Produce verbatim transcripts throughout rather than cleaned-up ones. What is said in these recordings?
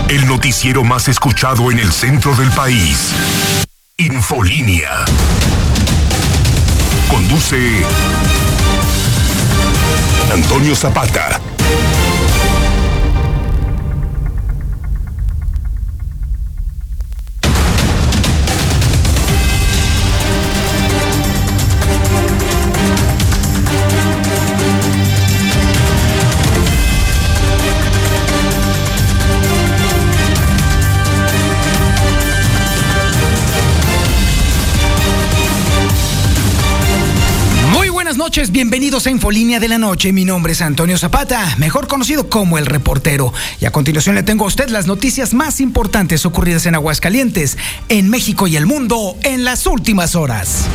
El noticiero más escuchado en el centro del país. Infolínea. Conduce Antonio Zapata. Buenas noches, bienvenidos a Infolínea de la Noche. Mi nombre es Antonio Zapata, mejor conocido como El Reportero. Y a continuación le tengo a usted las noticias más importantes ocurridas en Aguascalientes, en México y el mundo en las últimas horas.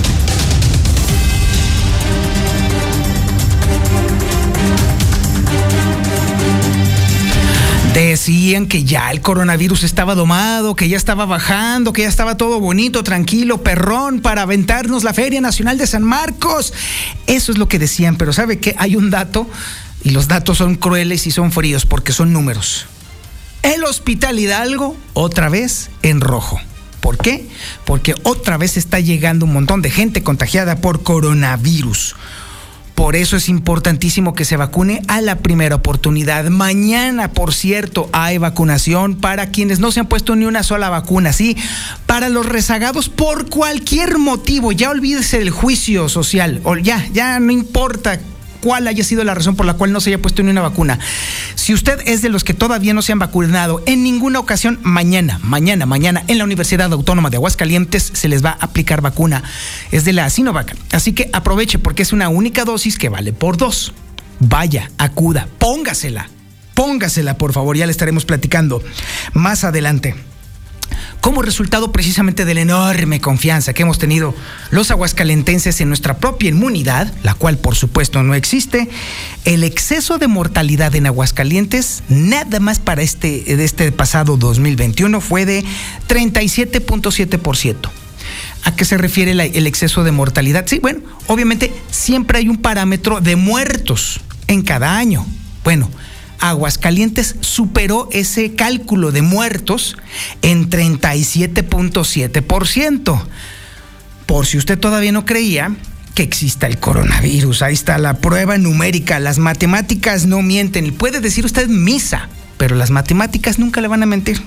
Decían que ya el coronavirus estaba domado, que ya estaba bajando, que ya estaba todo bonito, tranquilo, perrón, para aventarnos la Feria Nacional de San Marcos. Eso es lo que decían, pero ¿sabe qué? Hay un dato, y los datos son crueles y son fríos porque son números. El Hospital Hidalgo, otra vez en rojo. ¿Por qué? Porque otra vez está llegando un montón de gente contagiada por coronavirus. Por eso es importantísimo que se vacune a la primera oportunidad. Mañana, por cierto, hay vacunación para quienes no se han puesto ni una sola vacuna, ¿sí? Para los rezagados por cualquier motivo. Ya olvídese del juicio social. O ya, ya no importa cuál haya sido la razón por la cual no se haya puesto ni una vacuna. Si usted es de los que todavía no se han vacunado en ninguna ocasión, mañana, mañana, mañana en la Universidad Autónoma de Aguascalientes se les va a aplicar vacuna. Es de la Sinovac. Así que aproveche porque es una única dosis que vale por dos. Vaya, acuda, póngasela. Póngasela, por favor, ya le estaremos platicando más adelante. Como resultado precisamente de la enorme confianza que hemos tenido los aguascalentenses en nuestra propia inmunidad, la cual por supuesto no existe, el exceso de mortalidad en Aguascalientes, nada más para este, de este pasado dos mil veintiuno, fue de treinta y siete punto siete por ciento. ¿A qué se refiere la, el exceso de mortalidad? Sí, bueno, obviamente siempre hay un parámetro de muertos en cada año. Bueno, Aguascalientes superó ese cálculo de muertos en treinta y siete punto siete por ciento. Por si usted todavía no creía que exista el coronavirus, ahí está la prueba numérica. Las matemáticas no mienten. Y puede decir usted misa, pero las matemáticas nunca le van a mentir.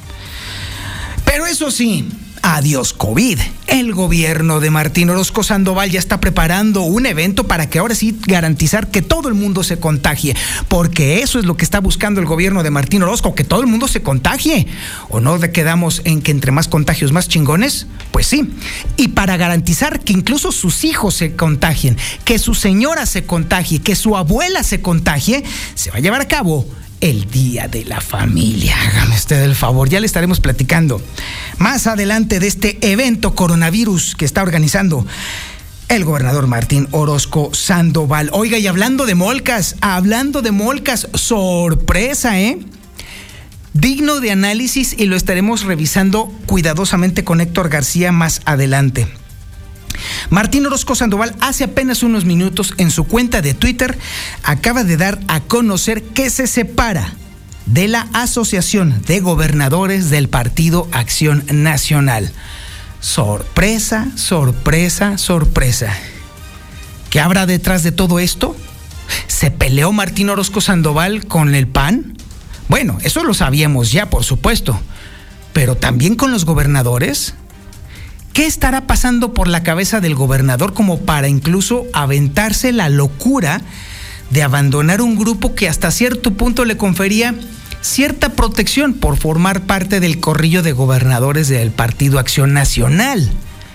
Pero eso sí, adiós COVID. El gobierno de Martín Orozco Sandoval ya está preparando un evento para que ahora sí garantizar que todo el mundo se contagie, porque eso es lo que está buscando el gobierno de Martín Orozco, que todo el mundo se contagie. ¿O no quedamos en que entre más contagios más chingones? Pues sí. Y para garantizar que incluso sus hijos se contagien, que su señora se contagie, que su abuela se contagie, se va a llevar a cabo el Día de la Familia. Hágame usted el favor, ya le estaremos platicando más adelante de este evento coronavirus que está organizando el gobernador Martín Orozco Sandoval. Oiga, y hablando de molcas, hablando de molcas, sorpresa, ¿eh? Digno de análisis y lo estaremos revisando cuidadosamente con Héctor García más adelante. Martín Orozco Sandoval hace apenas unos minutos en su cuenta de Twitter acaba de dar a conocer que se separa de la Asociación de Gobernadores del Partido Acción Nacional. Sorpresa, sorpresa, sorpresa. ¿Qué habrá detrás de todo esto? ¿Se peleó Martín Orozco Sandoval con el P A N? Bueno, eso lo sabíamos ya, por supuesto, pero también con los gobernadores. ¿Qué estará pasando por la cabeza del gobernador como para incluso aventarse la locura de abandonar un grupo que hasta cierto punto le confería cierta protección por formar parte del corrillo de gobernadores del Partido Acción Nacional?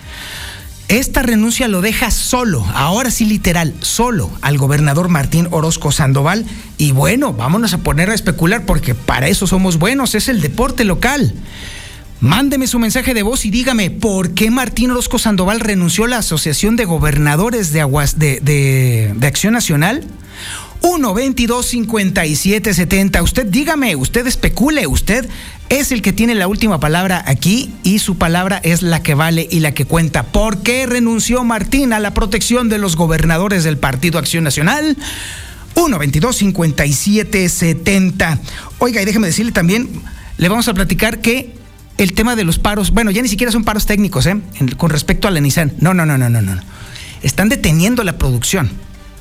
Esta renuncia lo deja solo, ahora sí literal, solo al gobernador Martín Orozco Sandoval. Y bueno, vámonos a poner a especular porque para eso somos buenos, es el deporte local. Mándeme su mensaje de voz y dígame por qué Martín Orozco Sandoval renunció a la Asociación de Gobernadores de, Aguas, de, de, de Acción Nacional. uno veintidós cincuenta y siete setenta. Usted dígame, usted especule, usted es el que tiene la última palabra aquí y su palabra es la que vale y la que cuenta. ¿Por qué renunció Martín a la protección de los gobernadores del Partido Acción Nacional? uno veintidós cincuenta y siete setenta. Oiga, y déjeme decirle también, le vamos a platicar que el tema de los paros, bueno, ya ni siquiera son paros técnicos, ¿eh? En, con respecto a la Nissan. No, no, no, no, no, no. Están deteniendo la producción.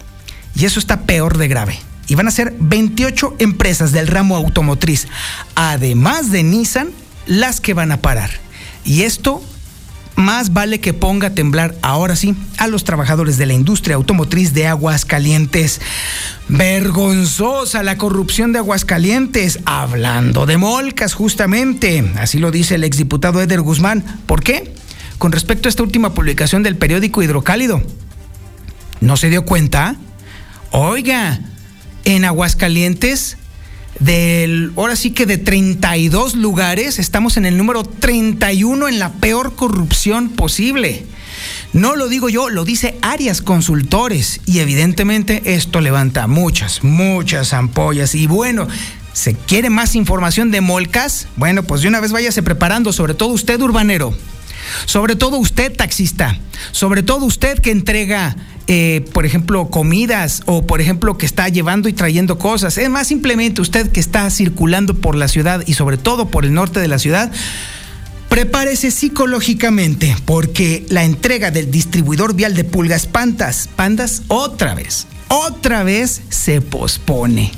Y eso está peor de grave. Y van a ser veintiocho empresas del ramo automotriz, además de Nissan, las que van a parar. Y esto más vale que ponga a temblar, ahora sí, a los trabajadores de la industria automotriz de Aguascalientes. Vergonzosa la corrupción de Aguascalientes. Hablando de molcas, justamente. Así lo dice el exdiputado Eder Guzmán. ¿Por qué? Con respecto a esta última publicación del periódico Hidrocálido. ¿No se dio cuenta? Oiga, en Aguascalientes, del, ahora sí que de treinta y dos lugares, estamos en el número treinta y uno en la peor corrupción posible. No lo digo yo, lo dice Arias Consultores, y evidentemente esto levanta muchas, muchas ampollas. Y bueno, ¿se quiere más información de molcas? Bueno, pues de una vez váyase preparando, sobre todo usted, urbanero. Sobre todo usted, taxista, sobre todo usted que entrega, eh, por ejemplo, comidas, o por ejemplo que está llevando y trayendo cosas. Es más, simplemente usted que está circulando por la ciudad y sobre todo por el norte de la ciudad, prepárese psicológicamente, porque la entrega del distribuidor vial de pulgas pandas, pandas otra vez, otra vez se pospone.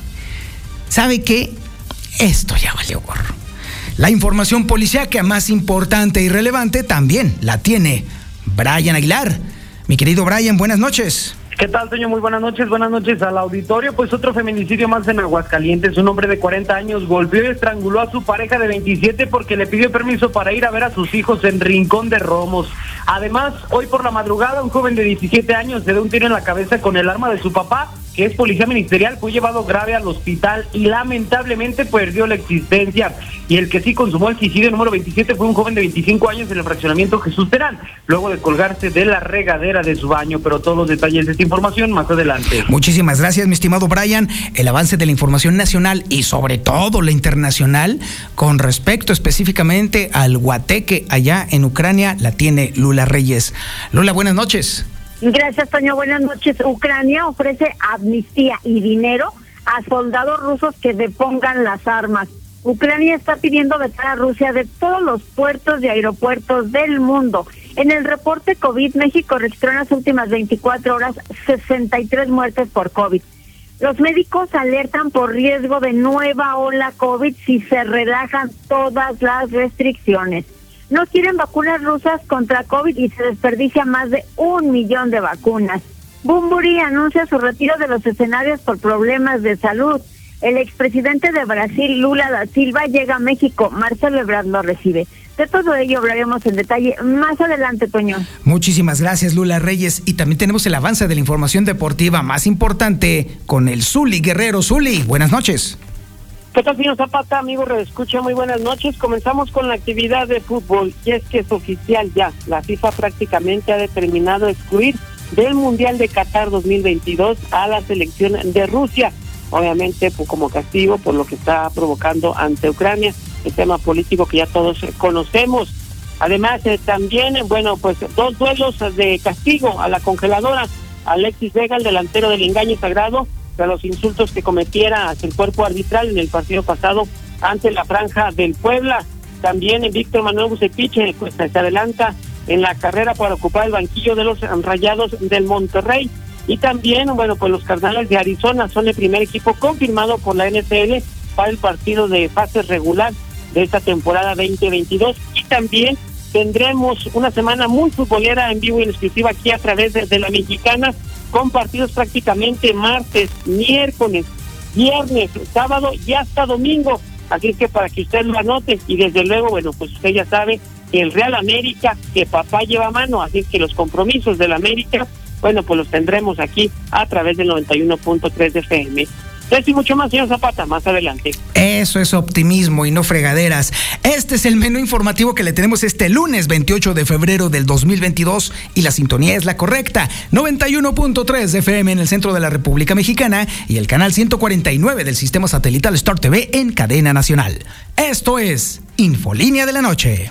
¿Sabe qué? Esto ya valió gorro. La información policíaca más importante y relevante también la tiene Brian Aguilar. Mi querido Brian, buenas noches. ¿Qué tal, Toño? Muy buenas noches, buenas noches al auditorio. Pues otro feminicidio más en Aguascalientes. Un hombre de cuarenta años golpeó y estranguló a su pareja de veintisiete porque le pidió permiso para ir a ver a sus hijos en Rincón de Romos. Además, hoy por la madrugada, un joven de diecisiete años se dio un tiro en la cabeza con el arma de su papá, que es policía ministerial, fue llevado grave al hospital y lamentablemente perdió la existencia. Y el que sí consumó el suicidio número veintisiete fue un joven de veinticinco años en el fraccionamiento Jesús Terán, luego de colgarse de la regadera de su baño. Pero todos los detalles de esta información más adelante. Muchísimas gracias, mi estimado Brian. El avance de la información nacional y sobre todo la internacional con respecto específicamente al Guateque allá en Ucrania la tiene Lula Reyes. Lula, buenas noches. Gracias, Toño. Buenas noches. Ucrania ofrece amnistía y dinero a soldados rusos que depongan las armas. Ucrania está pidiendo vetar a Rusia de todos los puertos y aeropuertos del mundo. En el reporte COVID, México registró en las últimas veinticuatro horas sesenta y tres muertes por COVID. Los médicos alertan por riesgo de nueva ola COVID si se relajan todas las restricciones. No quieren vacunas rusas contra COVID y se desperdicia más de un millón de vacunas. Bumburi anuncia su retiro de los escenarios por problemas de salud. El expresidente de Brasil, Lula da Silva, llega a México. Marcelo Ebrard lo recibe. De todo ello hablaremos en detalle más adelante, Toño. Muchísimas gracias, Lula Reyes. Y también tenemos el avance de la información deportiva más importante con el Zuli Guerrero. Zuli, buenas noches. ¿Qué tal, señor Zapata? Amigo Redescucha, muy buenas noches. Comenzamos con la actividad de fútbol, y es que es oficial ya. La FIFA prácticamente ha determinado excluir del Mundial de Qatar dos mil veintidós a la selección de Rusia. Obviamente, pues, como castigo por lo que está provocando ante Ucrania, el tema político que ya todos conocemos. Además, eh, también, bueno, pues dos duelos de castigo a la congeladora. Alexis Vega, el delantero del Engaño Sagrado, de los insultos que cometiera hacia el cuerpo arbitral en el partido pasado ante la Franja del Puebla. También en Víctor Manuel Bucetich, pues se adelanta en la carrera para ocupar el banquillo de los Rayados del Monterrey. Y también, bueno, pues los Cardenales de Arizona son el primer equipo confirmado por la N F L para el partido de fase regular de esta temporada veinte veintidós. Y también tendremos una semana muy futbolera en vivo y en exclusiva aquí a través de, de la Mexicana, con partidos prácticamente martes, miércoles, viernes, sábado y hasta domingo. Así es que para que usted lo anote, y desde luego, bueno, pues usted ya sabe que el Real América, que papá lleva a mano, así es que los compromisos del América, bueno, pues los tendremos aquí a través del noventa y uno punto tres de F M. Eso y mucho más, señor Zapata, más adelante. Eso es optimismo y no fregaderas. Este es el menú informativo que le tenemos este lunes veintiocho de febrero del dos mil veintidós, y la sintonía es la correcta. noventa y uno punto tres de F M en el centro de la República Mexicana y el canal ciento cuarenta y nueve del sistema satelital Star T V en cadena nacional. Esto es Infolínea de la Noche.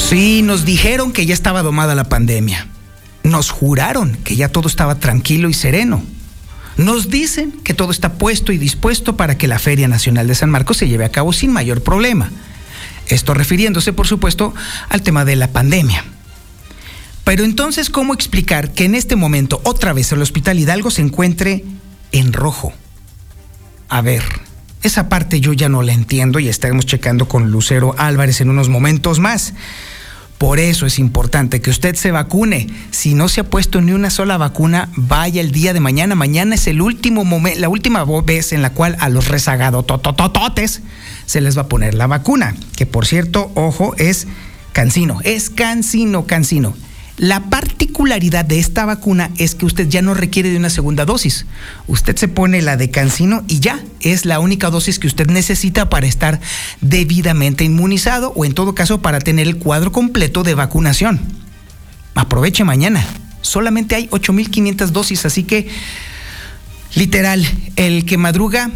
Sí, nos dijeron que ya estaba domada la pandemia. Nos juraron que ya todo estaba tranquilo y sereno. Nos dicen que todo está puesto y dispuesto para que la Feria Nacional de San Marcos se lleve a cabo sin mayor problema. Esto refiriéndose, por supuesto, al tema de la pandemia. Pero entonces, ¿cómo explicar que en este momento otra vez el Hospital Hidalgo se encuentre en rojo? A ver, esa parte yo ya no la entiendo y estaremos checando con Lucero Álvarez en unos momentos más. Por eso es importante que usted se vacune. Si no se ha puesto ni una sola vacuna, vaya el día de mañana. Mañana es el último momento, la última vez en la cual a los rezagados tototototes se les va a poner la vacuna. Que por cierto, ojo, es cancino, es cancino, cancino. La particularidad de esta vacuna es que usted ya no requiere de una segunda dosis. Usted se pone la de cancino y ya es la única dosis que usted necesita para estar debidamente inmunizado o en todo caso para tener el cuadro completo de vacunación. Aproveche mañana. Solamente hay ocho mil quinientas dosis, así que literal, el que madruga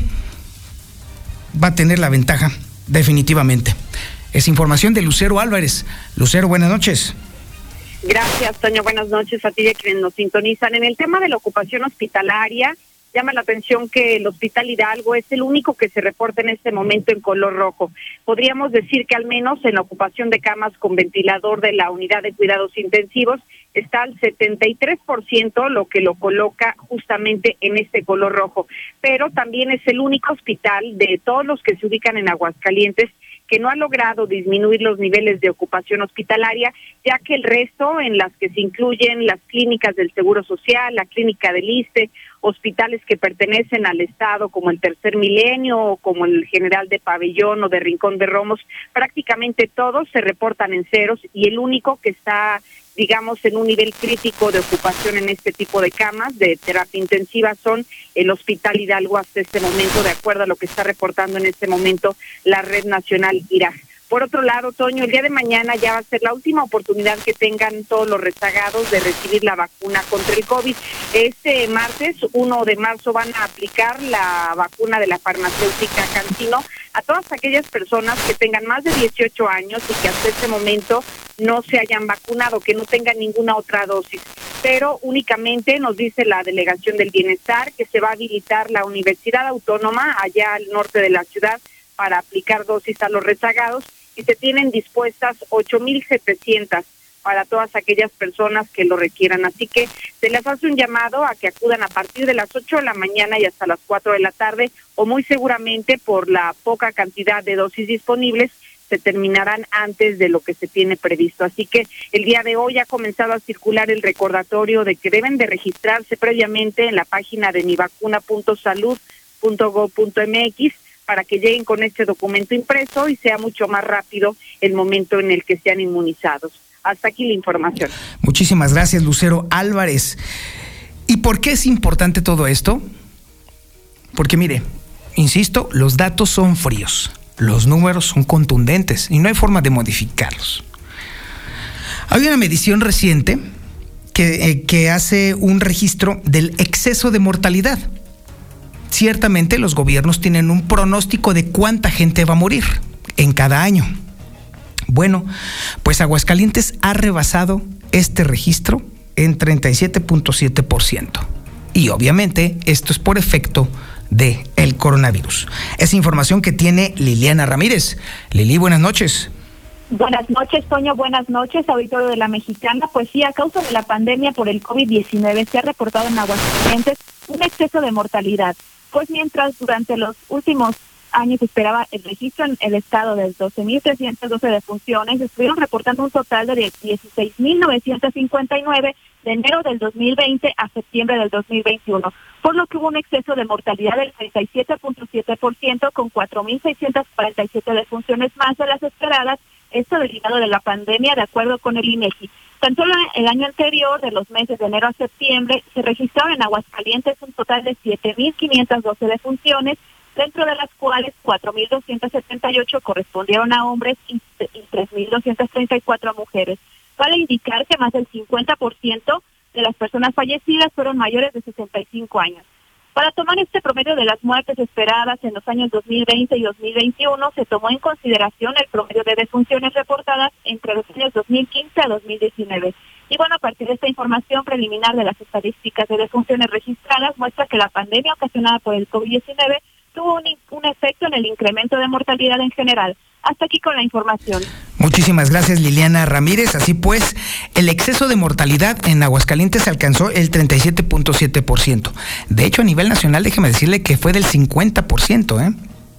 va a tener la ventaja definitivamente. Es información de Lucero Álvarez. Lucero, buenas noches. Gracias, Toño. Buenas noches a ti y a quienes nos sintonizan. En el tema de la ocupación hospitalaria, llama la atención que el Hospital Hidalgo es el único que se reporta en este momento en color rojo. Podríamos decir que al menos en la ocupación de camas con ventilador de la unidad de cuidados intensivos está al setenta y tres por ciento, lo que lo coloca justamente en este color rojo. Pero también es el único hospital de todos los que se ubican en Aguascalientes que no ha logrado disminuir los niveles de ocupación hospitalaria, ya que el resto, en las que se incluyen las clínicas del Seguro Social, la clínica del ISSSTE, hospitales que pertenecen al Estado como el Tercer Milenio, o como el General de Pabellón o de Rincón de Romos, prácticamente todos se reportan en ceros y el único que está, digamos, en un nivel crítico de ocupación en este tipo de camas de terapia intensiva son el Hospital Hidalgo hasta este momento, de acuerdo a lo que está reportando en este momento la Red Nacional I R A G. Por otro lado, Toño, el día de mañana ya va a ser la última oportunidad que tengan todos los rezagados de recibir la vacuna contra el COVID. Este martes, primero de marzo, van a aplicar la vacuna de la farmacéutica CanSino a todas aquellas personas que tengan más de dieciocho años y que hasta este momento no se hayan vacunado, que no tengan ninguna otra dosis. Pero únicamente nos dice la Delegación del Bienestar que se va a habilitar la Universidad Autónoma allá al norte de la ciudad para aplicar dosis a los rezagados y se tienen dispuestas ocho mil setecientas para todas aquellas personas que lo requieran. Así que se les hace un llamado a que acudan a partir de las ocho de la mañana y hasta las cuatro de la tarde, o muy seguramente por la poca cantidad de dosis disponibles se terminarán antes de lo que se tiene previsto. Así que el día de hoy ha comenzado a circular el recordatorio de que deben de registrarse previamente en la página de mivacuna punto salud punto gob punto mx para que lleguen con este documento impreso y sea mucho más rápido el momento en el que sean inmunizados. Hasta aquí la información. Muchísimas gracias, Lucero Álvarez. ¿Y por qué es importante todo esto? Porque mire, insisto, los datos son fríos, los números son contundentes y no hay forma de modificarlos. Hay una medición reciente que, eh, que hace un registro del exceso de mortalidad. Ciertamente los gobiernos tienen un pronóstico de cuánta gente va a morir en cada año. Bueno, pues Aguascalientes ha rebasado este registro en treinta y siete punto siete por ciento. Y obviamente esto es por efecto de el coronavirus. Es información que tiene Liliana Ramírez. Lili, buenas noches. Buenas noches, Toño. Buenas noches, auditorio de La Mexicana. Pues sí, a causa de la pandemia por el COVID diecinueve se ha reportado en Aguascalientes un exceso de mortalidad. Pues mientras durante los últimos años se esperaba el registro en el estado de doce mil trescientas doce defunciones, estuvieron reportando un total de dieciséis mil novecientos cincuenta y nueve de enero del dos mil veinte a septiembre del dos mil veintiuno, por lo que hubo un exceso de mortalidad del treinta y siete punto siete por ciento con cuatro mil seiscientas cuarenta y siete defunciones más de las esperadas, esto derivado de la pandemia, de acuerdo con el INEGI. Tan solo el año anterior, de los meses de enero a septiembre, se registraron en Aguascalientes un total de siete mil quinientas doce defunciones, dentro de las cuales cuatro mil doscientos setenta y ocho correspondieron a hombres y tres mil doscientos treinta y cuatro a mujeres. Vale indicar que más del cincuenta por ciento de las personas fallecidas fueron mayores de sesenta y cinco años. Para tomar este promedio de las muertes esperadas en los años dos mil veinte y dos mil veintiuno, se tomó en consideración el promedio de defunciones reportadas entre los años dos mil quince a dos mil diecinueve. Y bueno, a partir de esta información preliminar de las estadísticas de defunciones registradas, muestra que la pandemia ocasionada por el COVID diecinueve tuvo un, un efecto en el incremento de mortalidad en general. Hasta aquí con la información. Muchísimas gracias, Liliana Ramírez. Así pues, el exceso de mortalidad en Aguascalientes alcanzó el treinta y siete punto siete por ciento. De hecho, a nivel nacional, déjeme decirle que fue del cincuenta por ciento, ¿eh?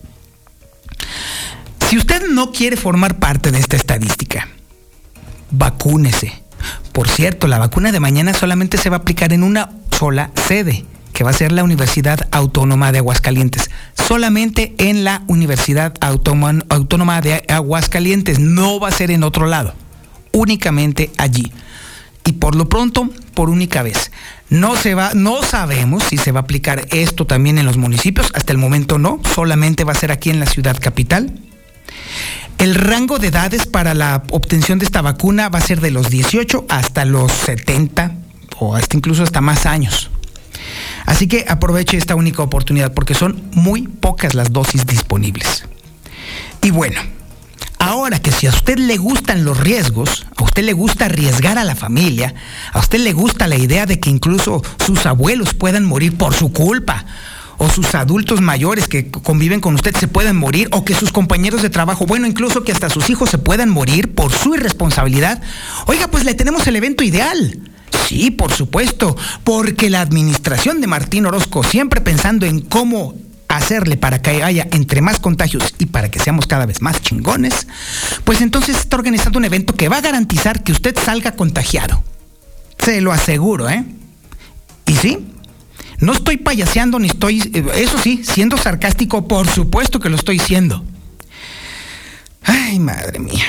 Si usted no quiere formar parte de esta estadística, vacúnese. Por cierto, la vacuna de mañana solamente se va a aplicar en una sola sede, que va a ser la Universidad Autónoma de Aguascalientes. Solamente en la Universidad Autónoma, Autónoma de Aguascalientes. No va a ser en otro lado. Únicamente allí. Y por lo pronto, por única vez. No se va, no sabemos si se va a aplicar esto también en los municipios. Hasta el momento no. Solamente va a ser aquí en la ciudad capital. El rango de edades para la obtención de esta vacuna va a ser de los dieciocho hasta los setenta o hasta incluso hasta más años. Así que aproveche esta única oportunidad porque son muy pocas las dosis disponibles. Y bueno, ahora que si a usted le gustan los riesgos, a usted le gusta arriesgar a la familia, a usted le gusta la idea de que incluso sus abuelos puedan morir por su culpa, o sus adultos mayores que conviven con usted se puedan morir, o que sus compañeros de trabajo, bueno, incluso que hasta sus hijos se puedan morir por su irresponsabilidad, oiga, pues le tenemos el evento ideal. Sí, por supuesto, porque la administración de Martín Orozco, siempre pensando en cómo hacerle para que haya entre más contagios y para que seamos cada vez más chingones, pues entonces está organizando un evento que va a garantizar que usted salga contagiado. Se lo aseguro, ¿eh? Y sí, no estoy payaseando ni estoy, eso sí, siendo sarcástico, por supuesto que lo estoy siendo. Ay, madre mía.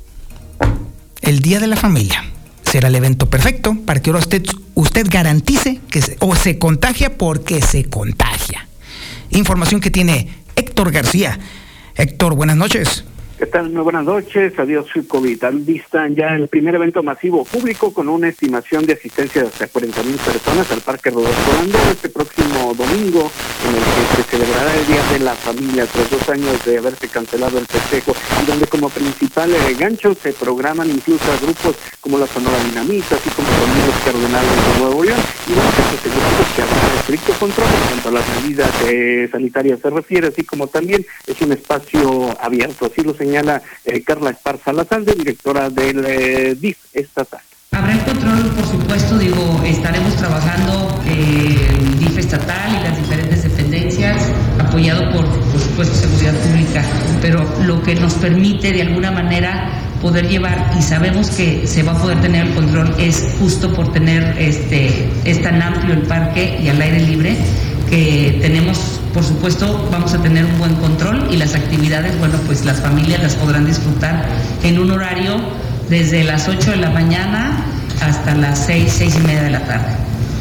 El Día de la Familia será el evento perfecto para que ahora usted, usted garantice que se, o se contagia porque se contagia. Información que tiene Héctor García. Héctor, buenas noches. ¿Qué tal? Muy buenas noches. Adiós, COVID. Alistan ya el primer evento masivo público con una estimación de asistencia de hasta cuarenta mil personas al Parque Rodolfo Landó este próximo domingo, en el que se celebrará el Día de la Familia tras dos años de haberse cancelado el festejo, y donde como principal eh, gancho se programan incluso a grupos como la Sonora Dinamita, así como también los Cardenales de Nuevo León, y bueno, pues se aseguró que habrá estricto control en cuanto a las medidas eh, sanitarias se refiere, así como también es un espacio abierto, así lo señala eh, Carla Esparza Lazalde, directora del eh, D I F estatal. Habrá el control, por supuesto, digo, estaremos trabajando eh, el D I F estatal y las diferentes dependencias, apoyado por, por supuesto, seguridad pública, pero lo que nos permite de alguna manera poder llevar, y sabemos que se va a poder tener el control, es justo por tener este, es tan amplio el parque y al aire libre, que tenemos, por supuesto, vamos a tener un buen control, y las actividades, bueno, pues las familias las podrán disfrutar en un horario desde las ocho de la mañana hasta las seis, seis y media de la tarde.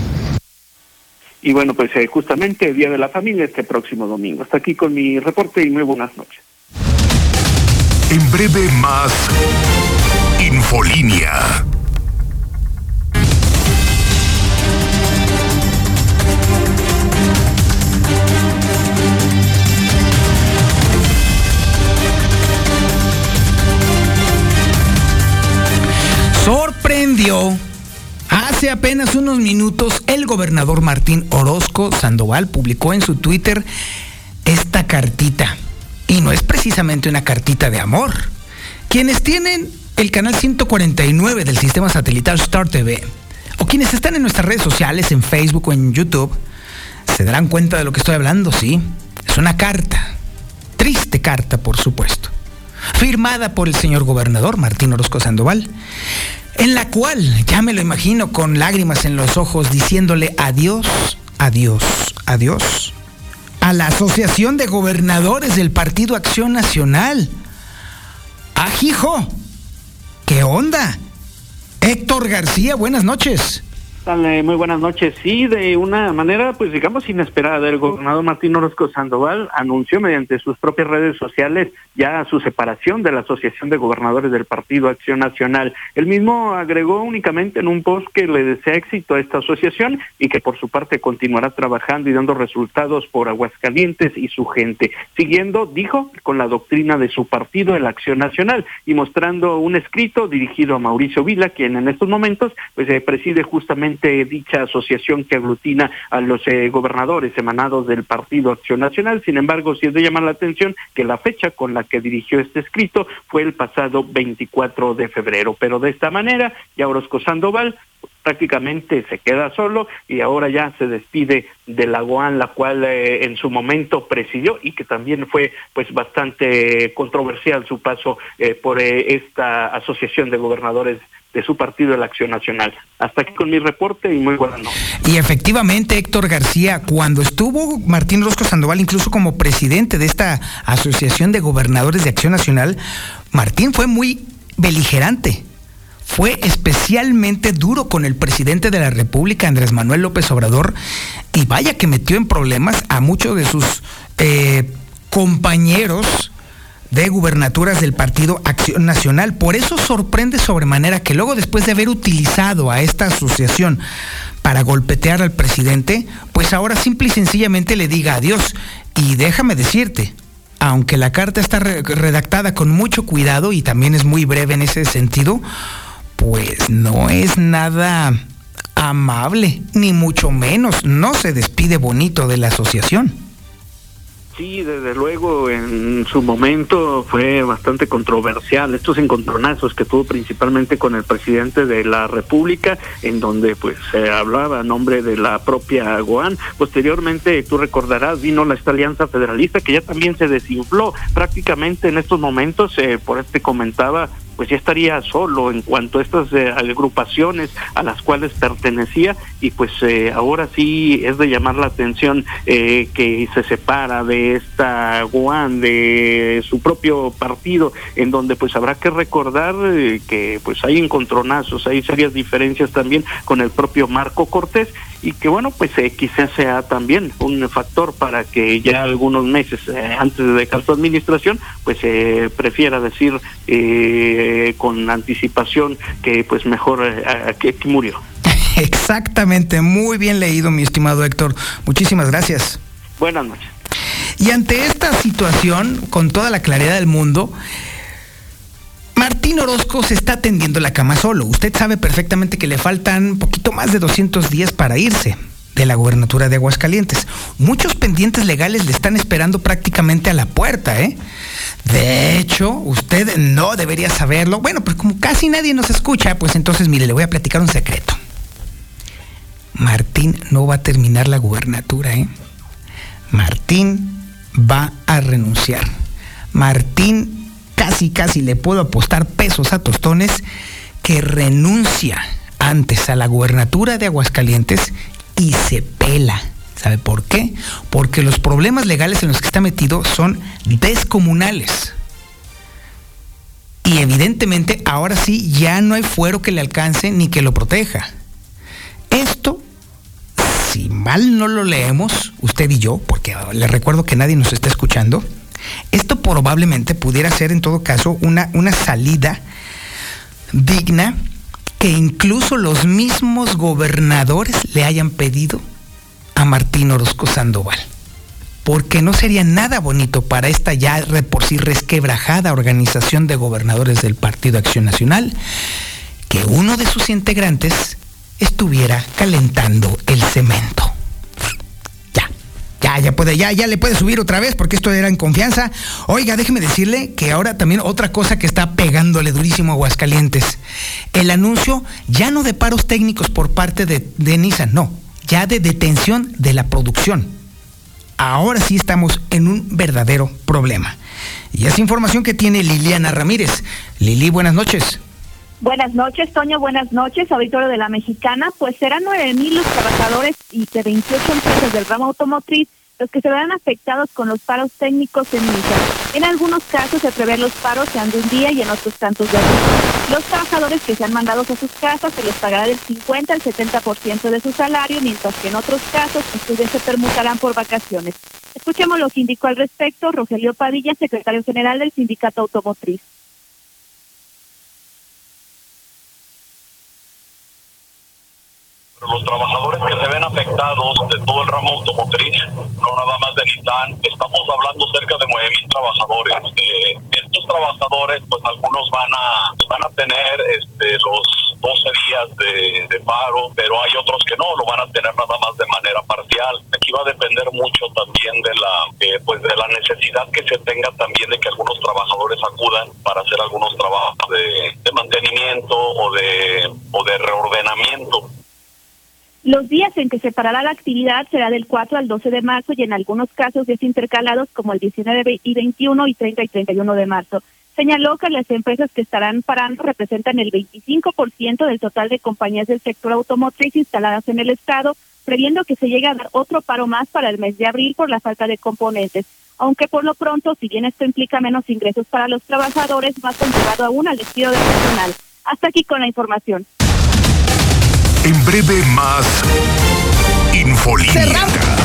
Y bueno, pues eh, justamente el Día de la Familia este próximo domingo. Hasta aquí con mi reporte y muy buenas noches. En breve más Infolínea. Sorprendió hace apenas unos minutos el gobernador Martín Orozco Sandoval publicó en su Twitter esta cartita, y no es precisamente una cartita de amor. Quienes tienen el canal ciento cuarenta y nueve del sistema satelital Star T V, o quienes están en nuestras redes sociales, en Facebook o en YouTube, se darán cuenta de lo que estoy hablando. Sí, es una carta, triste carta, por supuesto, firmada por el señor gobernador Martín Orozco Sandoval, en la cual, ya me lo imagino, con lágrimas en los ojos, diciéndole adiós, adiós, adiós a la Asociación de Gobernadores del Partido Acción Nacional. ¡Ajijo! ¿Qué onda? Héctor García, buenas noches. Dale, muy buenas noches. Sí, de una manera, pues digamos, inesperada, el gobernador Martín Orozco Sandoval anunció mediante sus propias redes sociales ya su separación de la Asociación de Gobernadores del Partido Acción Nacional. Él mismo agregó únicamente en un post que le desea éxito a esta asociación y que por su parte continuará trabajando y dando resultados por Aguascalientes y su gente, siguiendo, dijo, con la doctrina de su partido, el Acción Nacional, y mostrando un escrito dirigido a Mauricio Vila, quien en estos momentos pues eh, preside justamente dicha asociación que aglutina a los eh, gobernadores emanados del Partido Acción Nacional. Sin embargo, sí es de llamar la atención que la fecha con la que dirigió este escrito fue el pasado veinticuatro de febrero, pero de esta manera ya Orozco Sandoval prácticamente se queda solo y ahora ya se despide de la GOAN, la cual eh, en su momento presidió y que también fue pues bastante controversial su paso eh, por eh, esta asociación de gobernadores de su partido de la Acción Nacional. Hasta aquí con mi reporte y muy buenas noches. Y efectivamente, Héctor García, cuando estuvo Martín Orozco Sandoval incluso como presidente de esta Asociación de Gobernadores de Acción Nacional, Martín fue muy beligerante. Fue especialmente duro con el presidente de la República, Andrés Manuel López Obrador, y vaya que metió en problemas a muchos de sus eh, compañeros de gubernaturas del Partido Acción Nacional. Por eso sorprende sobremanera que luego, después de haber utilizado a esta asociación para golpetear al presidente, pues ahora simple y sencillamente le diga adiós. Y déjame decirte, aunque la carta está re- redactada con mucho cuidado y también es muy breve en ese sentido, pues no es nada amable, ni mucho menos. No se despide bonito de la asociación. Sí, desde luego, en su momento fue bastante controversial estos encontronazos que tuvo principalmente con el presidente de la República, en donde pues se hablaba a nombre de la propia GOAN. Posteriormente, tú recordarás, vino la esta alianza federalista que ya también se desinfló prácticamente en estos momentos, eh, por este comentaba, pues ya estaría solo en cuanto a estas eh, agrupaciones a las cuales pertenecía, y pues eh, ahora sí es de llamar la atención eh, que se separa de esta GOAN, de su propio partido, en donde pues habrá que recordar eh, que pues hay encontronazos, hay serias diferencias también con el propio Marco Cortés, y que bueno, pues eh, quizás sea también un factor para que ya algunos meses eh, antes de dejar su administración, pues eh, prefiera decir eh, con anticipación que pues mejor eh, que, que murió. Exactamente, muy bien leído, mi estimado Héctor. Muchísimas gracias. Buenas noches. Y ante esta situación, con toda la claridad del mundo, Martín Orozco se está tendiendo la cama solo. Usted sabe perfectamente que le faltan un poquito más de doscientos días para irse de la gubernatura de Aguascalientes. Muchos pendientes legales le están esperando prácticamente a la puerta, ¿eh? De hecho, usted no debería saberlo. Bueno, pues como casi nadie nos escucha, pues entonces, mire, le voy a platicar un secreto. Martín no va a terminar la gubernatura, ¿eh? Martín va a renunciar. Martín, casi, casi le puedo apostar pesos a tostones que renuncia antes a la gubernatura de Aguascalientes y se pela. ¿Sabe por qué? Porque los problemas legales en los que está metido son descomunales. Y evidentemente ahora sí ya no hay fuero que le alcance ni que lo proteja. Esto, si mal no lo leemos, usted y yo, porque le recuerdo que nadie nos está escuchando, esto probablemente pudiera ser en todo caso una, una salida digna que incluso los mismos gobernadores le hayan pedido a Martín Orozco Sandoval. Porque no sería nada bonito para esta ya de por sí resquebrajada organización de gobernadores del Partido Acción Nacional que uno de sus integrantes estuviera calentando el cemento. Ya, ya, ya puede, ya, ya le puede subir otra vez porque esto era en confianza. Oiga, déjeme decirle que ahora también otra cosa que está pegándole durísimo a Aguascalientes. El anuncio ya no de paros técnicos por parte de, de Nissan, no, ya de detención de la producción. Ahora sí estamos en un verdadero problema. Y es información que tiene Liliana Ramírez. Lili, buenas noches. Buenas noches, Toño, buenas noches, auditorio de La Mexicana. Pues serán nueve mil los trabajadores y de veintiocho empresas del ramo automotriz los que se verán afectados con los paros técnicos en Misa. En algunos casos se prevé los paros sean de un día y en otros tantos de días. Los trabajadores que sean mandados a sus casas se les pagará del cincuenta al setenta por ciento de su salario, mientras que en otros casos ustedes se permutarán por vacaciones. Escuchemos lo que indicó al respecto Rogelio Padilla, secretario general del Sindicato Automotriz. Los trabajadores que se ven afectados de todo el ramo automotriz, no nada más de Nissan, estamos hablando cerca de nueve mil trabajadores. Eh, estos trabajadores, pues algunos van a van a tener este, los doce días de, de paro, pero hay otros que no, lo van a tener nada más de manera parcial. Aquí va a depender mucho también de la eh, pues de la necesidad que se tenga también de que algunos trabajadores acudan para hacer algunos trabajos de, de mantenimiento o de o de reordenamiento. Los días en que se parará la actividad será del cuatro al doce de marzo y en algunos casos días intercalados como el diecinueve y veintiuno y treinta y treinta y uno de marzo. Señaló que las empresas que estarán parando representan el veinticinco por ciento del total de compañías del sector automotriz instaladas en el estado, previendo que se llegue a dar otro paro más para el mes de abril por la falta de componentes. Aunque por lo pronto, si bien esto implica menos ingresos para los trabajadores, va conllevado aún al despido de personal. Hasta aquí con la información. En breve más Infolínea.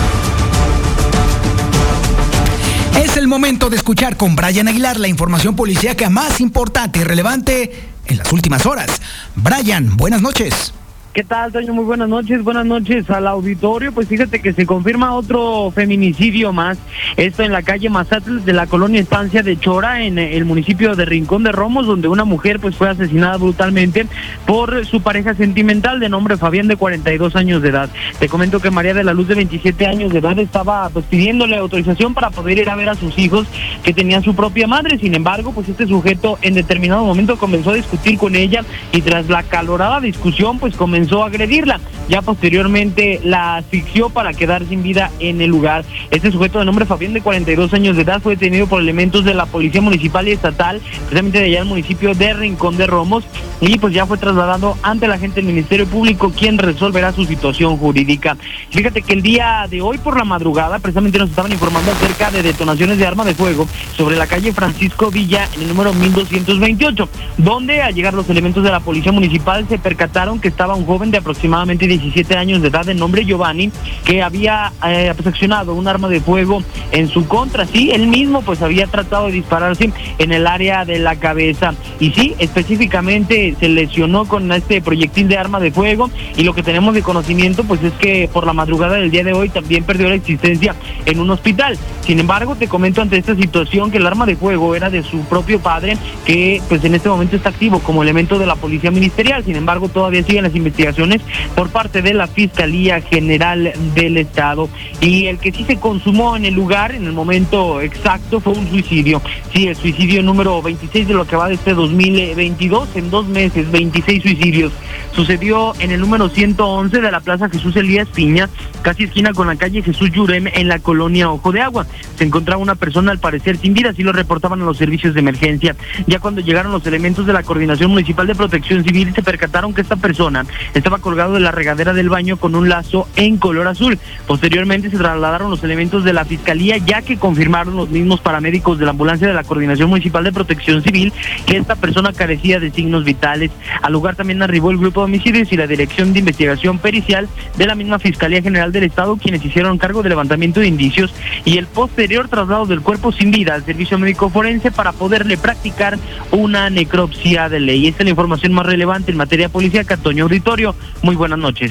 Es el momento de escuchar con Brian Aguilar la información policíaca más importante y relevante en las últimas horas. Brian, buenas noches. ¿Qué tal, Toño? Muy buenas noches, buenas noches al auditorio. Pues fíjate que se confirma otro feminicidio más, esto en la calle Mazatl de la colonia Estancia de Chora, en el municipio de Rincón de Romos, donde una mujer pues fue asesinada brutalmente por su pareja sentimental de nombre Fabián, de cuarenta y dos años de edad. Te comento que María de la Luz, de veintisiete años de edad, estaba pues pidiéndole autorización para poder ir a ver a sus hijos que tenían su propia madre. Sin embargo, pues este sujeto en determinado momento comenzó a discutir con ella y tras la acalorada discusión pues comenzó comenzó a agredirla. Ya posteriormente la asfixió para quedar sin vida en el lugar. Este sujeto de nombre Fabián, de cuarenta y dos años de edad, fue detenido por elementos de la Policía Municipal y Estatal, precisamente de allá del municipio de Rincón de Romos, y pues ya fue trasladado ante la agente del Ministerio Público, quien resolverá su situación jurídica. Fíjate que el día de hoy por la madrugada, precisamente nos estaban informando acerca de detonaciones de arma de fuego sobre la calle Francisco Villa, en el número mil doscientos veintiocho, donde al llegar los elementos de la Policía Municipal se percataron que estaba un joven de aproximadamente diecisiete años de edad de nombre Giovanni, que había eh, accionado un arma de fuego en su contra. Sí, él mismo pues había tratado de dispararse en el área de la cabeza, y sí, específicamente se lesionó con este proyectil de arma de fuego, y lo que tenemos de conocimiento pues es que por la madrugada del día de hoy también perdió la existencia en un hospital. Sin embargo, te comento ante esta situación que el arma de fuego era de su propio padre, que pues en este momento está activo como elemento de la Policía Ministerial. Sin embargo, todavía siguen las investigaciones por parte de la Fiscalía General del Estado, y el que sí se consumó en el lugar en el momento exacto fue un suicidio. Sí, el suicidio número veintiséis de lo que va de este dos mil veintidós, en dos meses, veintiséis suicidios. Sucedió en el número ciento once de la Plaza Jesús Elías Piña, casi esquina con la calle Jesús Yurem, en la colonia Ojo de Agua. Se encontraba una persona al parecer sin vida, así lo reportaban a los servicios de emergencia. Ya cuando llegaron los elementos de la Coordinación Municipal de Protección Civil, se percataron que esta persona estaba colgado de la regadera del baño con un lazo en color azul. Posteriormente se trasladaron los elementos de la Fiscalía, ya que confirmaron los mismos paramédicos de la ambulancia de la Coordinación Municipal de Protección Civil que esta persona carecía de signos vitales. Al lugar también arribó el grupo de homicidios y la Dirección de Investigación Pericial de la misma Fiscalía General del Estado, quienes hicieron cargo de levantamiento de indicios y el posterior traslado del cuerpo sin vida al servicio médico forense para poderle practicar una necropsia de ley. Esta es la información más relevante en materia policíaca. Toño Auditorio, muy buenas noches.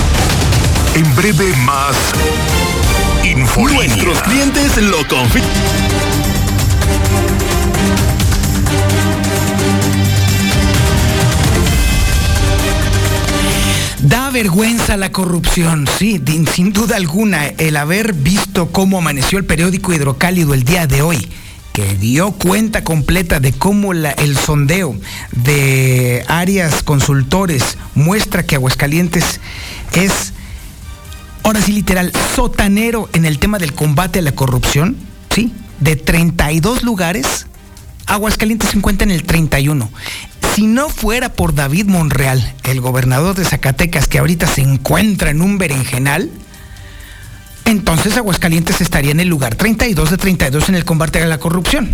En breve más Infolínea. Nuestros clientes lo confirman. Da vergüenza la corrupción, sí, sin duda alguna, el haber visto cómo amaneció el periódico Hidrocálido el día de hoy, que dio cuenta completa de cómo la, el sondeo de áreas consultores muestra que Aguascalientes es, ahora sí literal, sotanero en el tema del combate a la corrupción, ¿sí? De treinta y dos lugares, Aguascalientes se encuentra en el treinta y uno. Si no fuera por David Monreal, el gobernador de Zacatecas, que ahorita se encuentra en un berenjenal, entonces Aguascalientes estaría en el lugar treinta y dos de treinta y dos en el combate a la corrupción.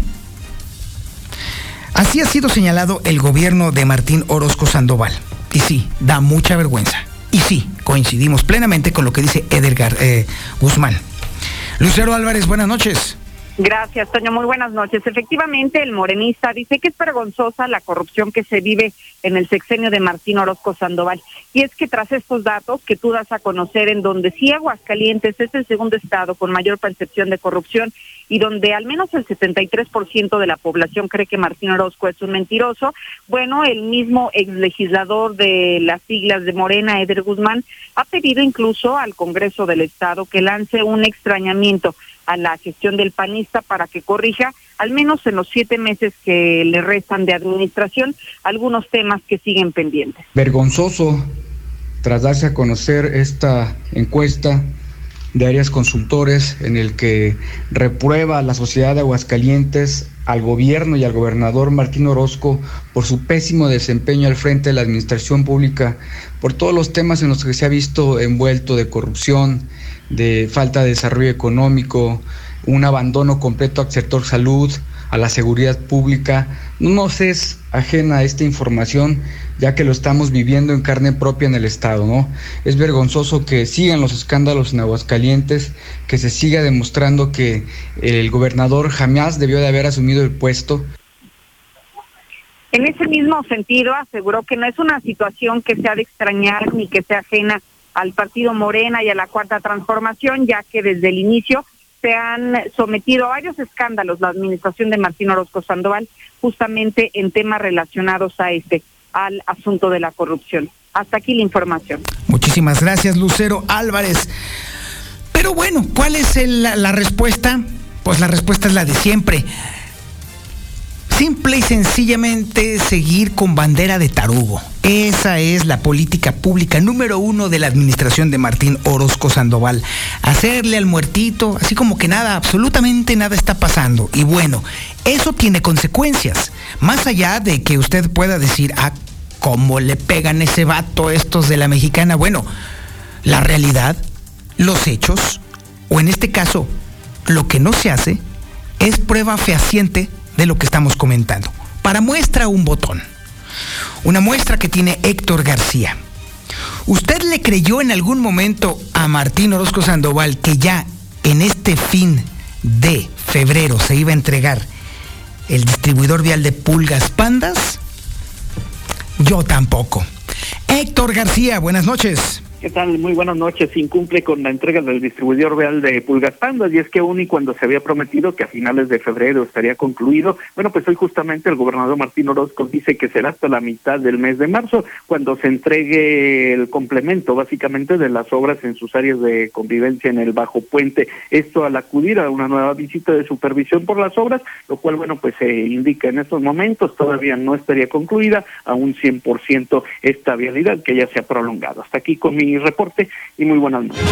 Así ha sido señalado el gobierno de Martín Orozco Sandoval. Y sí, da mucha vergüenza. Y sí, coincidimos plenamente con lo que dice Edgar eh, Guzmán. Lucero Álvarez, buenas noches. Gracias, Toño. Muy buenas noches. Efectivamente, el morenista dice que es vergonzosa la corrupción que se vive en el sexenio de Martín Orozco Sandoval. Y es que tras estos datos que tú das a conocer, en donde sí Aguascalientes es el segundo estado con mayor percepción de corrupción y donde al menos el setenta y tres por ciento de la población cree que Martín Orozco es un mentiroso, bueno, el mismo exlegislador de las siglas de Morena, Eder Guzmán, ha pedido incluso al Congreso del Estado que lance un extrañamiento a la gestión del panista para que corrija, al menos en los siete meses que le restan de administración, algunos temas que siguen pendientes. Vergonzoso, tras darse a conocer esta encuesta de Arias Consultores, en el que reprueba a la sociedad de Aguascalientes, al gobierno y al gobernador Martín Orozco por su pésimo desempeño al frente de la administración pública, por todos los temas en los que se ha visto envuelto de corrupción, de falta de desarrollo económico, un abandono completo al sector salud, a la seguridad pública. No nos es ajena esta información, ya que lo estamos viviendo en carne propia en el Estado, ¿no? Es vergonzoso que sigan los escándalos en Aguascalientes, que se siga demostrando que el gobernador jamás debió de haber asumido el puesto. En ese mismo sentido, aseguró que no es una situación que sea de extrañar ni que sea ajena al partido Morena y a la Cuarta Transformación, ya que desde el inicio se han sometido a varios escándalos la administración de Martín Orozco Sandoval, justamente en temas relacionados a este, al asunto de la corrupción. Hasta aquí la información. Muchísimas gracias, Lucero Álvarez. Pero bueno, ¿cuál es el, la, la respuesta? Pues la respuesta es la de siempre. Simple y sencillamente seguir con bandera de tarugo. Esa es la política pública número uno de la administración de Martín Orozco Sandoval. Hacerle al muertito, así como que nada, absolutamente nada está pasando. Y bueno, eso tiene consecuencias. Más allá de que usted pueda decir, ah, ¿cómo le pegan ese vato estos de la Mexicana? Bueno, la realidad, los hechos, o en este caso, lo que no se hace, es prueba fehaciente de lo que estamos comentando. Para muestra, un botón. Una muestra que tiene Héctor García. ¿Usted le creyó en algún momento a Martín Orozco Sandoval que ya en este fin de febrero se iba a entregar el distribuidor vial de Pulgas Pandas? Yo tampoco. Héctor García, buenas noches. ¿Qué tal? Muy buenas noches. Incumple con la entrega del distribuidor real de Pulgas Pandas, y es que aún y cuando se había prometido que a finales de febrero estaría concluido, bueno, pues hoy justamente el gobernador Martín Orozco dice que será hasta la mitad del mes de marzo cuando se entregue el complemento básicamente de las obras en sus áreas de convivencia en el Bajo Puente. Esto al acudir a una nueva visita de supervisión por las obras, lo cual, bueno, pues se indica en estos momentos todavía no estaría concluida a un cien por ciento esta vialidad que ya se ha prolongado. Hasta aquí con mi reporte y muy buenas noches.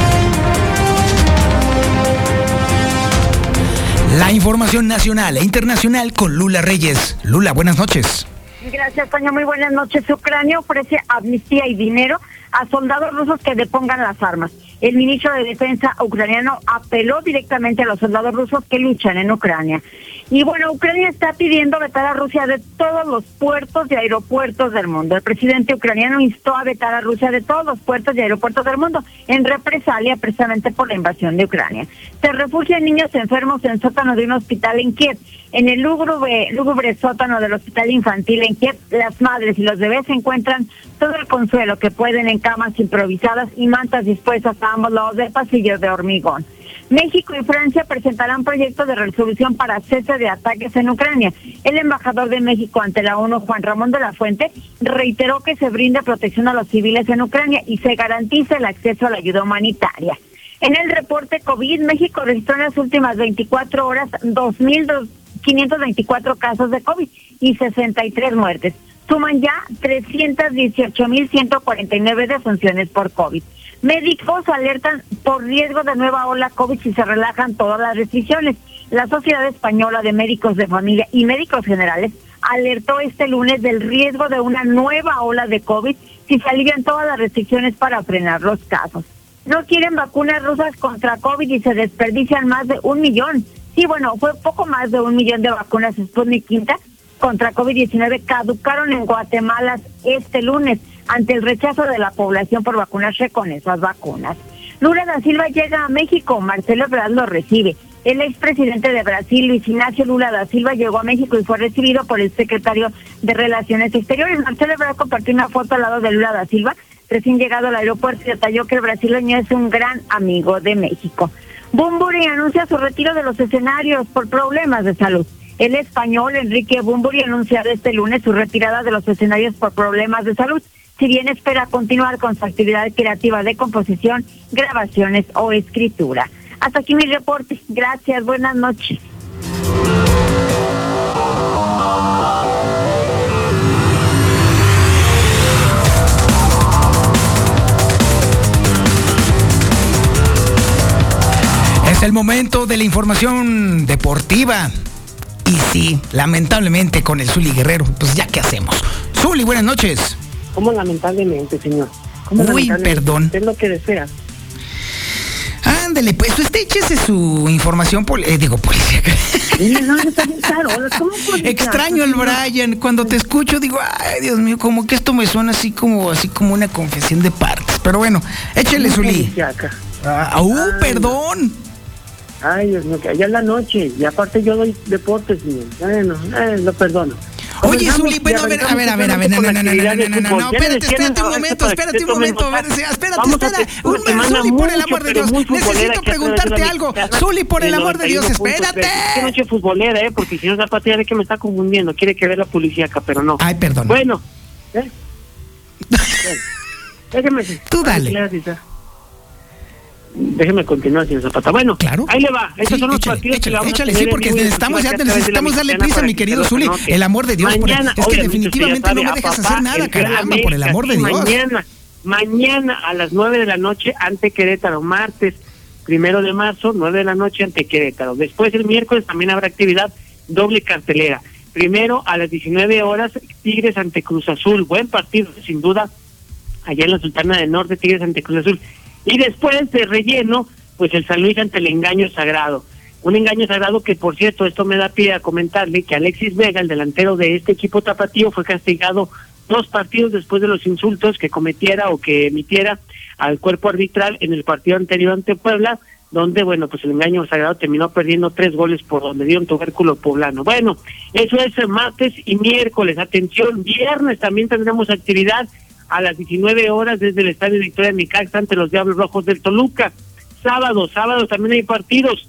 La información nacional e internacional con Lula Reyes. Lula, buenas noches. Gracias, Toño. Muy buenas noches. Ucrania ofrece amnistía y dinero a soldados rusos que depongan las armas. El ministro de Defensa ucraniano apeló directamente a los soldados rusos que luchan en Ucrania. Y bueno, Ucrania está pidiendo vetar a Rusia de todos los puertos y aeropuertos del mundo. El presidente ucraniano instó a vetar a Rusia de todos los puertos y aeropuertos del mundo en represalia precisamente por la invasión de Ucrania. Se refugian niños enfermos en sótano de un hospital en Kiev. En el lúgubre, lúgubre sótano del hospital infantil en Kiev, las madres y los bebés encuentran todo el consuelo que pueden en camas improvisadas y mantas dispuestas a ambos lados del pasillo de hormigón. México y Francia presentarán proyectos de resolución para cese de ataques en Ucrania. El embajador de México ante la ONU, Juan Ramón de la Fuente, reiteró que se brinde protección a los civiles en Ucrania y se garantice el acceso a la ayuda humanitaria. En el reporte COVID, México registró en las últimas veinticuatro horas dos mil quinientos veinticuatro casos de COVID y sesenta y tres muertes. Suman ya trescientos dieciocho mil ciento cuarenta y nueve defunciones por COVID. Médicos alertan por riesgo de nueva ola COVID si se relajan todas las restricciones. La Sociedad Española de Médicos de Familia y Médicos Generales alertó este lunes del riesgo de una nueva ola de COVID si se alivian todas las restricciones para frenar los casos. no quieren vacunas rusas contra COVID y se desperdician más de un millón. Sí, bueno, fue poco más de un millón de vacunas Sputnik V contra COVID diecinueve caducaron en Guatemala este lunes ante el rechazo de la población por vacunarse con esas vacunas. Lula da Silva llega a México, Marcelo Ebrard lo recibe. El expresidente de Brasil, Luis Ignacio Lula da Silva, llegó a México y fue recibido por el secretario de Relaciones Exteriores. Marcelo Ebrard compartió una foto al lado de Lula da Silva, recién llegado al aeropuerto, y detalló que el brasileño es un gran amigo de México. Bunbury anuncia su retiro de los escenarios por problemas de salud. El español Enrique Bunbury anunció este lunes su retirada de los escenarios por problemas de salud, si bien espera continuar con su actividad creativa de composición, grabaciones o escritura. Hasta aquí mi reporte. Gracias, buenas noches. Es el momento de la información deportiva. Y sí, lamentablemente con el Zuli Guerrero, pues ya qué hacemos. Zuli, buenas noches. ¿Cómo lamentablemente, señor? ¿Cómo Uy, lamentablemente? perdón. Es lo que desea. Ándale, pues usted échese su información, pol eh, digo, policíaca. No, está bien claro. ¿Cómo Extraño al Brian, cuando te escucho digo, ay, Dios mío, como que esto me suena así como así como una confesión de partes. Pero bueno, échele, Zuli. Ah, uh, ay, perdón. Ay, Dios mío, que allá en la noche, y aparte yo doy deportes, señor. Bueno, eh, lo perdono. Oye, Zuli, bueno, a ver, a ver, a ver, a ver, no, no, no, no, no, no, no, no, espérate, espérate un momento, espérate un momento, espérate, espérate, un momento, Zuli, por el amor de Dios, necesito preguntarte algo, Zuli, por el amor de Dios, espérate. Qué noche futbolera, eh, porque el señor Zapata ya que me está confundiendo, quiere que vea la policía acá, pero no. Ay, perdón. Bueno, ¿eh? Déjeme. Tú dale. Déjeme continuar, señor Zapata. Bueno, claro. Ahí le va. Estos sí, son los échale, partidos échale, que vamos échale, a sí, porque necesitamos, ya necesitamos darle prisa, mi querido Zuli. El amor de Dios. Mañana, por, es que definitivamente no me dejas hacer nada, caramba, por el amor de Dios. Mañana, mañana a las nueve de la noche ante Querétaro. Martes, primero de marzo, nueve de la noche ante Querétaro. Después el miércoles también habrá actividad doble cartelera. Primero a las diecinueve horas, Tigres ante Cruz Azul. Buen partido, sin duda, allá en la Sultana del Norte, Tigres ante Cruz Azul. Y después de relleno, pues el San Luis ante el Engaño Sagrado. Un Engaño Sagrado que, por cierto, esto me da pie a comentarle que Alexis Vega, el delantero de este equipo tapatío, fue castigado dos partidos después de los insultos que cometiera o que emitiera al cuerpo arbitral en el partido anterior ante Puebla, donde, bueno, pues el Engaño Sagrado terminó perdiendo tres goles por donde dio un tubérculo poblano. Bueno, eso es martes y miércoles. Atención, viernes también tendremos actividad a las diecinueve horas desde el Estadio Victoria Necaxa ante los Diablos Rojos del Toluca. Sábado, sábado también hay partidos.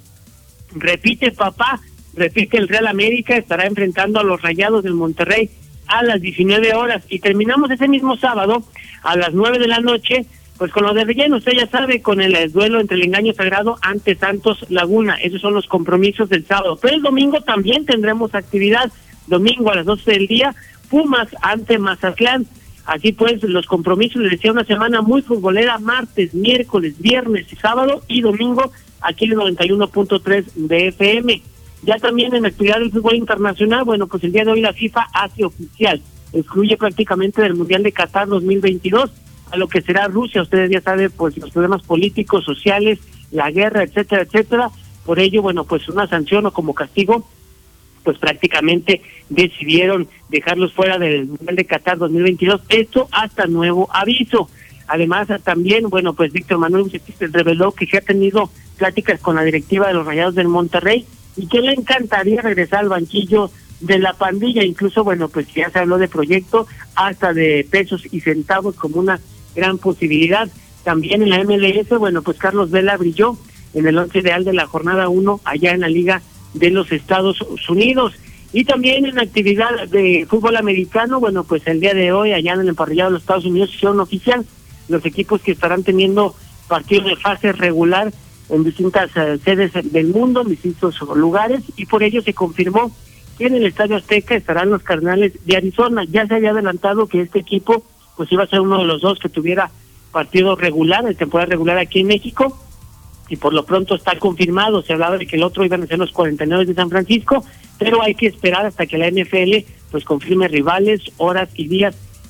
Repite papá, repite el Real América, estará enfrentando a los Rayados del Monterrey a las diecinueve horas. Y terminamos ese mismo sábado a las nueve de la noche, pues con lo de relleno, usted ya sabe, con el, el duelo entre el Engaño Sagrado ante Santos Laguna. Esos son los compromisos del sábado. Pero el domingo también tendremos actividad. Domingo a las doce del día, Pumas ante Mazatlán. Así pues, los compromisos, les decía, una semana muy futbolera, martes, miércoles, viernes, sábado y domingo, aquí en el noventa y uno punto tres de F M. Ya también en actividad del fútbol internacional, bueno, pues el día de hoy la FIFA hace oficial, excluye prácticamente del Mundial de Qatar dos mil veintidós, a lo que será Rusia. Ustedes ya saben, pues los problemas políticos, sociales, la guerra, etcétera, etcétera. Por ello, bueno, pues una sanción o como castigo, pues prácticamente decidieron dejarlos fuera del Mundial de Qatar dos mil veintidós, esto hasta nuevo aviso. Además, también, bueno, pues Víctor Manuel Bucetich reveló que se ha tenido pláticas con la directiva de los Rayados del Monterrey y que le encantaría regresar al banquillo de la pandilla. Incluso, bueno, pues ya se habló de proyecto hasta de pesos y centavos como una gran posibilidad. También en la M L S, bueno, pues Carlos Vela brilló en el once ideal de la jornada uno allá en la Liga de los Estados Unidos. Y también en actividad de fútbol americano, bueno, pues el día de hoy allá en el emparrillado de los Estados Unidos hicieron oficial los equipos que estarán teniendo partidos de fase regular en distintas uh, sedes del mundo, en distintos lugares, y por ello se confirmó que en el Estadio Azteca estarán los Cardenales de Arizona. Ya se había adelantado que este equipo pues iba a ser uno de los dos que tuviera partido regular, de temporada regular aquí en México, y por lo pronto está confirmado. Se hablaba de que el otro iban a ser los cuarenta y nueve de San Francisco, pero hay que esperar hasta que la N F L pues confirme rivales, horas y días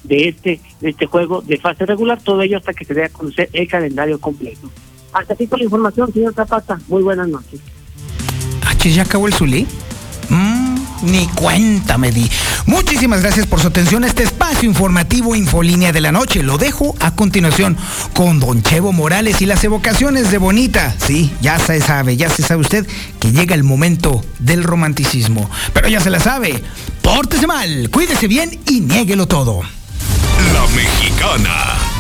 de este, de este juego de fase regular, todo ello hasta que se dé a conocer el calendario completo. Hasta aquí con la información, señor Zapata. Muy buenas noches. ¿Ah, ya acabó el Zulí? Mm, ni cuenta me di. Muchísimas gracias por su atención a este espacio informativo Infolínea de la Noche. Lo dejo a continuación con Don Chevo Morales y las evocaciones de Bonita. Sí, ya se sabe, ya se sabe usted que llega el momento del romanticismo. Pero ya se la sabe. Pórtese mal, cuídese bien y niéguelo todo. La Mexicana.